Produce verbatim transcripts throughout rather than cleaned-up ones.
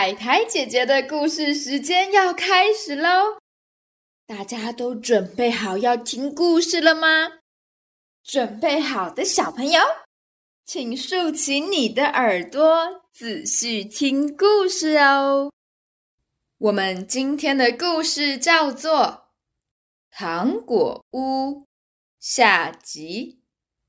海苔姐姐的故事时间要开始咯，大家都准备好要听故事了吗？准备好的小朋友，请竖起你的耳朵，仔细听故事哦。我们今天的故事叫做《糖果屋》下集。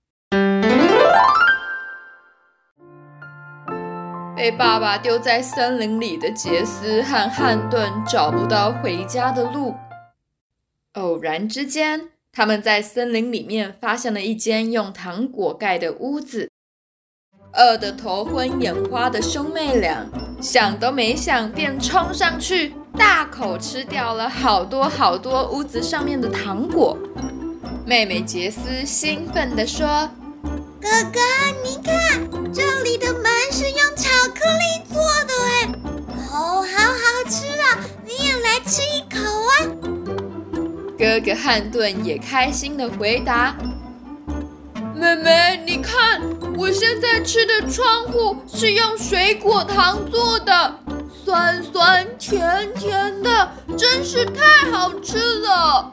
被爸爸丢在森林里的杰斯和汉顿找不到回家的路。偶然之间，他们在森林里面发现了一间用糖果盖的屋子。饿得头昏眼花的兄妹俩想都没想便冲上去，大口吃掉了好多好多屋子上面的糖果。妹妹杰斯兴奋地说： 哥哥，你看，这里的门是用巧克力做的哎，哦，好好吃啊！你也来吃一口啊！ 哥哥汉顿也开心地回答：妹妹，你看，我现在吃的窗户是用水果糖做的，酸酸甜甜的，真是太好吃了。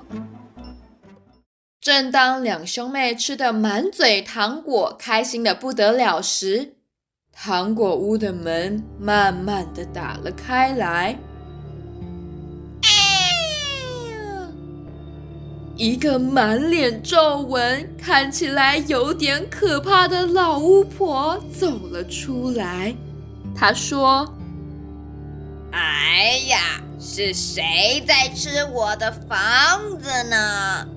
正当两兄妹吃得满嘴糖果，开心得不得了时，糖果屋的门慢慢地打了开来。一个满脸皱纹，看起来有点可怕的老巫婆走了出来。她说： 哎呀，是谁在吃我的房子呢？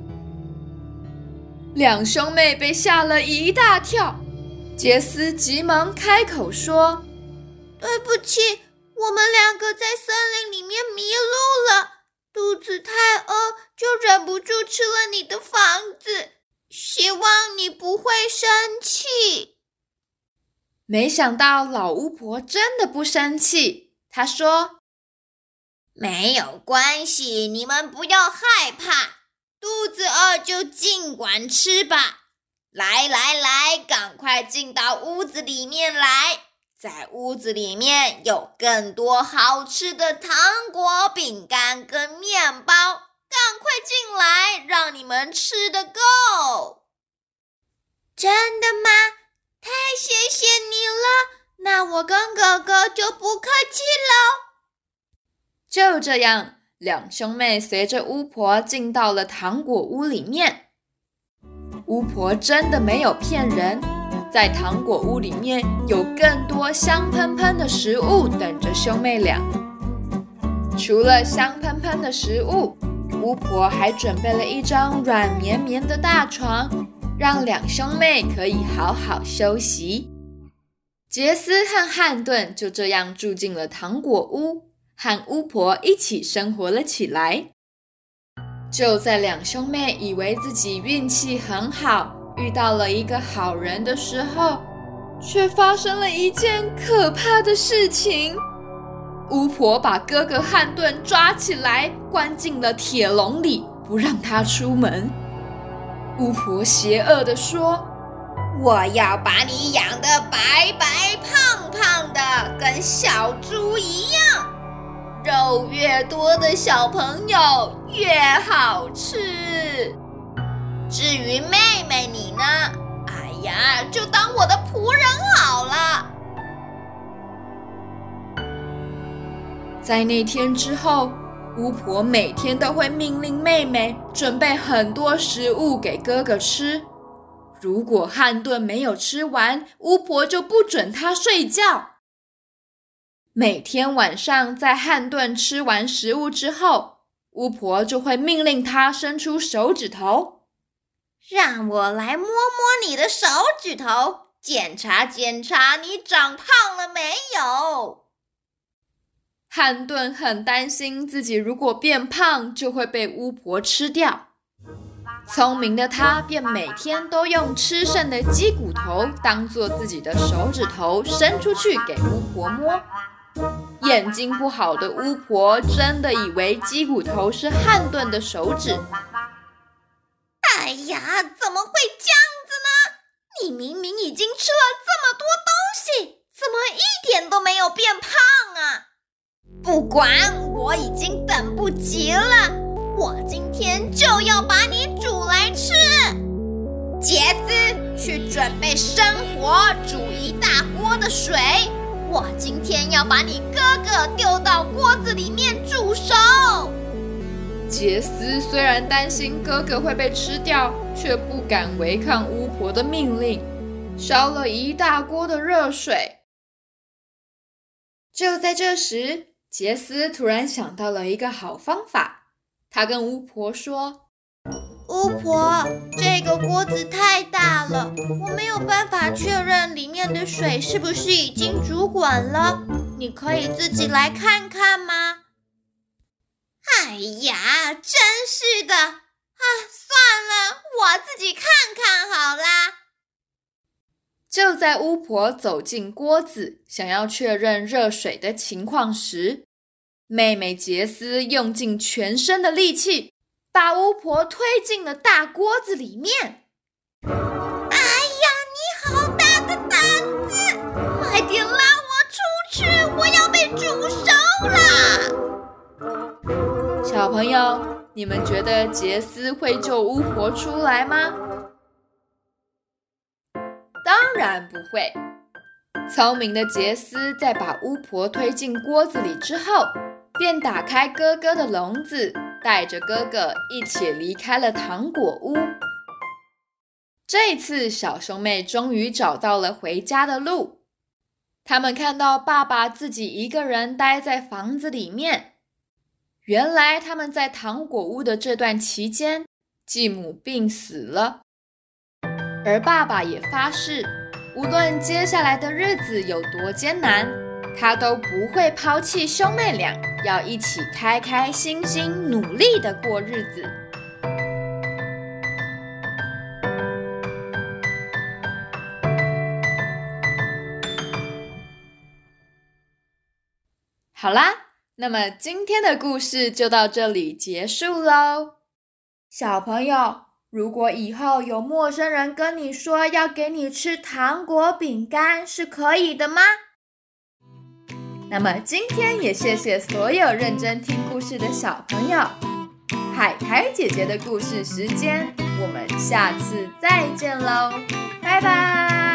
两兄妹被吓了一大跳，杰斯急忙开口说： 对不起，我们两个在森林里面迷路了，肚子太饿，就忍不住吃了你的房子，希望你不会生气。 没想到老巫婆真的不生气，她说： 没有关系，你们不要害怕，肚子饿就尽管吃吧。来来来，赶快进到屋子里面来，在屋子里面有更多好吃的糖果、饼干跟面包，赶快进来，让你们吃得够。真的吗？太谢谢你了，那我跟哥哥就不客气喽。 就这样，两兄妹随着巫婆进到了糖果屋里面。巫婆真的没有骗人，在糖果屋里面有更多香喷喷的食物等着兄妹俩。除了香喷喷的食物，巫婆还准备了一张软绵绵的大床，让两兄妹可以好好休息。杰斯和汉顿就这样住进了糖果屋，和巫婆一起生活了起来。就在两兄妹以为自己运气很好，遇到了一个好人的时候，却发生了一件可怕的事情。巫婆把哥哥汉顿抓起来，关进了铁笼里，不让他出门。巫婆邪恶地说： 我要把你养得白白胖胖的，跟小猪一样，肉越多的小朋友越好吃。至于妹妹你呢，哎呀，就当我的仆人好了。 在那天之后，巫婆每天都会命令妹妹准备很多食物给哥哥吃。如果汉顿没有吃完，巫婆就不准他睡觉。每天晚上在汉顿吃完食物之后，巫婆就会命令他伸出手指头。 让我来摸摸你的手指头，检查检查你长胖了没有。 汉顿很担心自己如果变胖就会被巫婆吃掉。聪明的他便每天都用吃剩的鸡骨头当做自己的手指头伸出去给巫婆摸。眼睛不好的巫婆真的以为鸡骨头是汉顿的手指。 哎呀，怎么会这样子呢？你明明已经吃了这么多东西，怎么一点都没有变胖啊？ 不管，我已经等不及了，我今天就要把你煮来吃。杰斯，去准备生火，煮一大锅的水。我今天要把你哥哥丢到锅子里面煮熟。 杰斯虽然担心哥哥会被吃掉，却不敢违抗巫婆的命令，烧了一大锅的热水。就在这时，杰斯突然想到了一个好方法，他跟巫婆说： 巫婆，这个锅子太大了，我没有办法确认里面的水是不是已经煮滚了，你可以自己来看看吗？哎呀，真是的！啊，算了，我自己看看好啦。 就在巫婆走进锅子，想要确认热水的情况时，妹妹杰斯用尽全身的力气，把巫婆推进了大锅子里面。 哎呀，你好大的胆子！快点拉我出去，我要被煮熟啦！ 小朋友，你们觉得杰斯会救巫婆出来吗？当然不会。聪明的杰斯在把巫婆推进锅子里之后，便打开哥哥的笼子，带着哥哥一起离开了糖果屋。这次小兄妹终于找到了回家的路。他们看到爸爸自己一个人待在房子里面。原来他们在糖果屋的这段期间，继母病死了，而爸爸也发誓，无论接下来的日子有多艰难，他都不会抛弃兄妹俩，要一起开开心心努力地过日子。好啦，那么今天的故事就到这里结束咯。小朋友，如果以后有陌生人跟你说要给你吃糖果饼干，是可以的吗？那么今天也谢谢所有认真听故事的小朋友。海苔姐姐的故事时间，我们下次再见咯，拜拜。